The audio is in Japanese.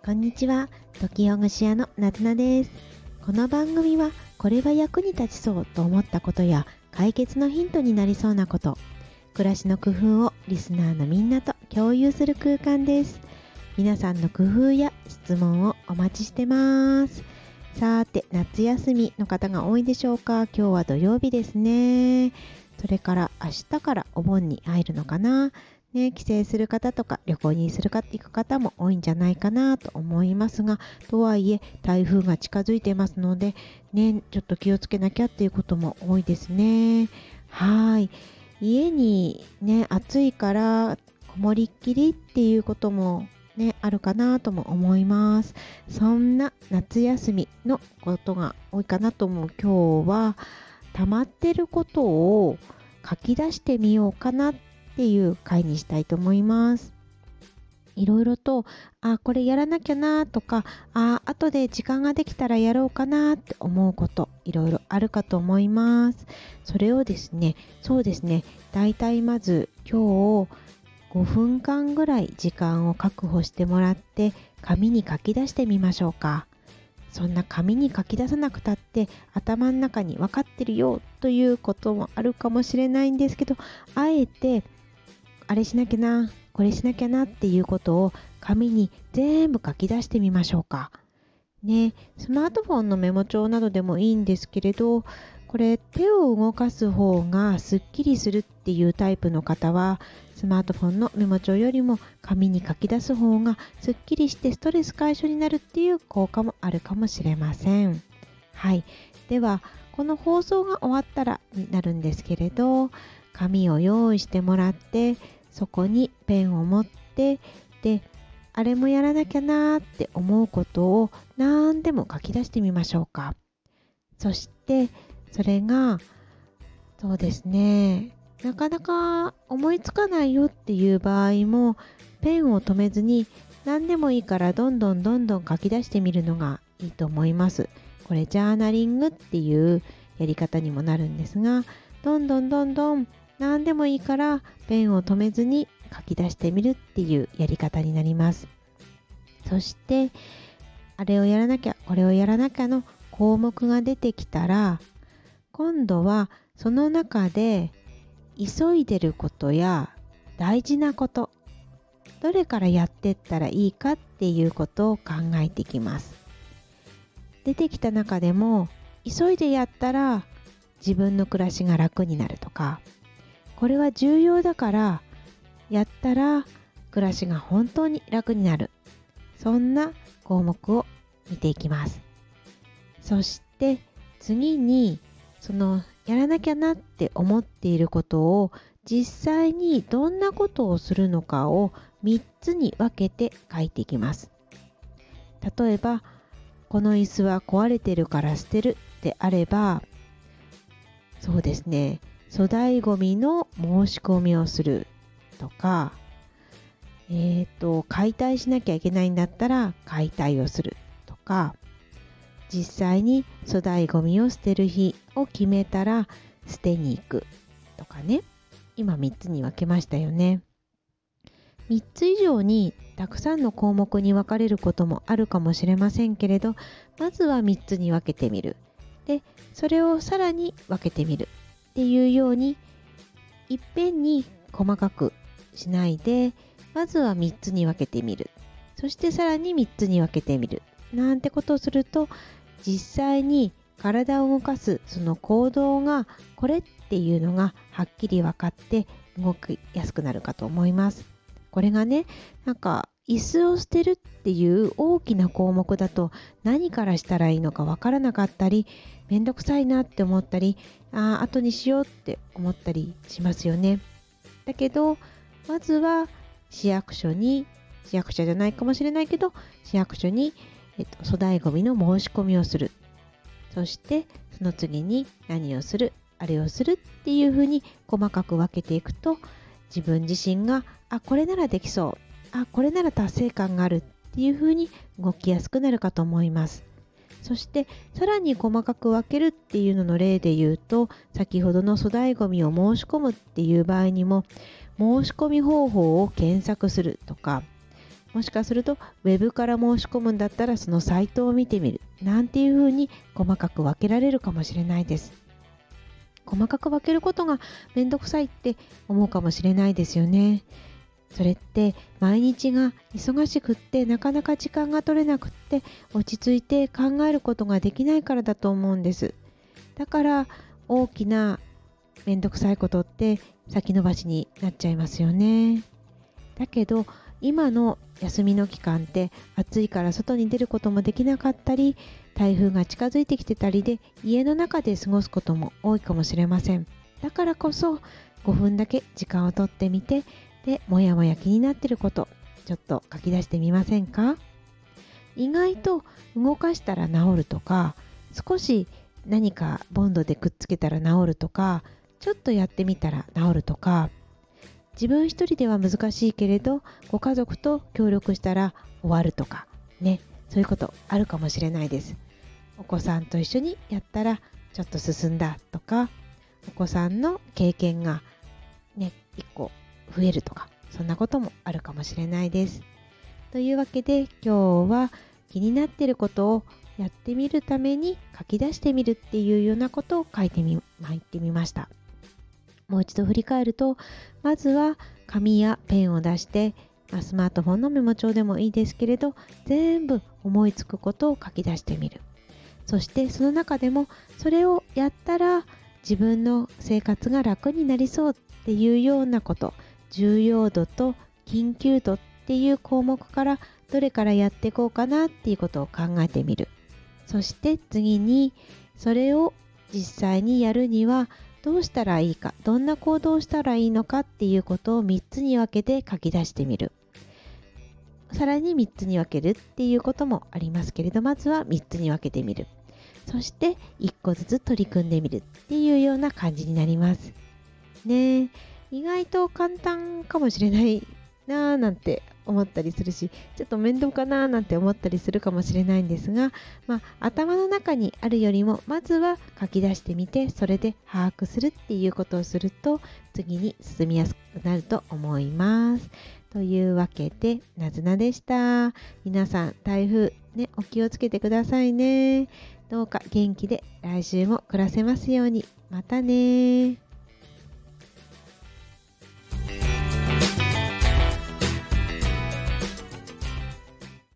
こんにちは、時ほぐし屋のなずなです。この番組はこれは役に立ちそうと思ったことや解決のヒントになりそうなこと、暮らしの工夫をリスナーのみんなと共有する空間です。皆さんの工夫や質問をお待ちしてます。さて、夏休みの方が多いでしょうか。今日は土曜日ですね。それから明日からお盆に入るのかな。帰省する方とか旅行に行く方も多いんじゃないかなと思いますが、とはいえ台風が近づいていますので、ちょっと気をつけなきゃっていうことも多いですね。はい。家に暑いからこもりっきりっていうこともあるかなとも思います。そんな夏休みのことが多いかなと思う今日は、溜まってることを書き出してみようかなっていう回にしたいと思います。いろいろと、これやらなきゃなとか、後で時間ができたらやろうかなって思うこと、いろいろあるかと思います。それをですね、だいたいまず今日5分間ぐらい時間を確保してもらって紙に書き出してみましょうか。そんな紙に書き出さなくたって頭の中に分かってるよということもあるかもしれないんですけど、あえてあれしなきゃな、これしなきゃなっていうことを紙に全部書き出してみましょうか。スマートフォンのメモ帳などでもいいんですけれど、これ手を動かす方がすっきりするっていうタイプの方は、スマートフォンのメモ帳よりも紙に書き出す方がすっきりしてストレス解消になるっていう効果もあるかもしれません。はい。では、この放送が終わったらになるんですけれど、紙を用意してもらって、そこにペンを持って、で、あれもやらなきゃなーって思うことを何でも書き出してみましょうか。そして、それが、そうですね、なかなか思いつかないよっていう場合も、ペンを止めずに何でもいいからどんどん書き出してみるのがいいと思います。これジャーナリングっていうやり方にもなるんですが、どんどん何でもいいからペンを止めずに書き出してみるっていうやり方になります。そして、あれをやらなきゃ、これをやらなきゃの項目が出てきたら、今度はその中で急いでることや大事なこと、どれからやってったらいいかっていうことを考えていきます。出てきた中でも、急いでやったら自分の暮らしが楽になるとか、これは重要だからやったら暮らしが本当に楽になる、そんな項目を見ていきます。そして次に、そのやらなきゃなって思っていることを実際にどんなことをするのかを3つに分けて書いていきます。例えば、この椅子は壊れてるから捨てるであれば、そうですね、粗大ごみの申し込みをするとか、解体しなきゃいけないんだったら解体をするとか、実際に粗大ごみを捨てる日を決めたら捨てに行くとかね。今3つに分けましたよね。3つ以上にたくさんの項目に分かれることもあるかもしれませんけれど、まずは3つに分けてみる。で、それをさらに分けてみるっていうように、いっぺんに細かくしないで、まずは3つに分けてみる。そしてさらに3つに分けてみる。なんてことをすると、実際に体を動かすその行動がこれっていうのがはっきり分かって動きやすくなるかと思います。これがね、椅子を捨てるっていう大きな項目だと何からしたらいいのか分からなかったり、めんどくさいなって思ったり、後にしようって思ったりしますよね。だけど、まずは市役所じゃないかもしれないけど、市役所に粗大ごみの申し込みをする。そしてその次に何をする、あれをするっていうふうに細かく分けていくと、自分自身がこれならできそう、これなら達成感があるっていうふうに動きやすくなるかと思います。そしてさらに細かく分けるっていうのの例で言うと、先ほどの粗大ごみを申し込むっていう場合にも、申し込み方法を検索するとか、 もしかするとウェブから申し込むんだったらそのサイトを見てみるなんていうふうに細かく分けられるかもしれないです。細かく分けることがめんどくさいって思うかもしれないですよね。それって毎日が忙しくってなかなか時間が取れなくって落ち着いて考えることができないからだと思うんです。だから大きなめんどくさいことって先延ばしになっちゃいますよね。だけど今の休みの期間って暑いから外に出ることもできなかったり、台風が近づいてきてたりで家の中で過ごすことも多いかもしれません。だからこそ5分だけ時間をとってみて、でもやもや気になってることちょっと書き出してみませんか？意外と動かしたら治るとか、少し何かボンドでくっつけたら治るとか、ちょっとやってみたら治るとか、自分一人では難しいけれどご家族と協力したら終わるとかね、そういうことあるかもしれないです。お子さんと一緒にやったらちょっと進んだとか、お子さんの経験がね1個増えるとか、そんなこともあるかもしれないです。というわけで今日は気になっていることをやってみるために書き出してみるっていうようなことを書いてみました。もう一度振り返ると、まずは紙やペンを出して、スマートフォンのメモ帳でもいいですけれど、全部思いつくことを書き出してみる。そしてその中でもそれをやったら自分の生活が楽になりそうっていうようなこと、重要度と緊急度っていう項目からどれからやっていこうかなっていうことを考えてみる。そして次にそれを実際にやるにはどうしたらいいか、どんな行動をしたらいいのかっていうことを3つに分けて書き出してみる。さらに3つに分けるっていうこともありますけれど、まずは3つに分けてみる。そして1個ずつ取り組んでみるっていうような感じになりますね。意外と簡単かもしれないなーなんて思ったりするし、ちょっと面倒かなーなんて思ったりするかもしれないんですが、頭の中にあるよりもまずは書き出してみて、それで把握するっていうことをすると次に進みやすくなると思います。というわけでなずなでした。皆さん台風ね、お気をつけてくださいね。どうか元気で来週も暮らせますように。またね。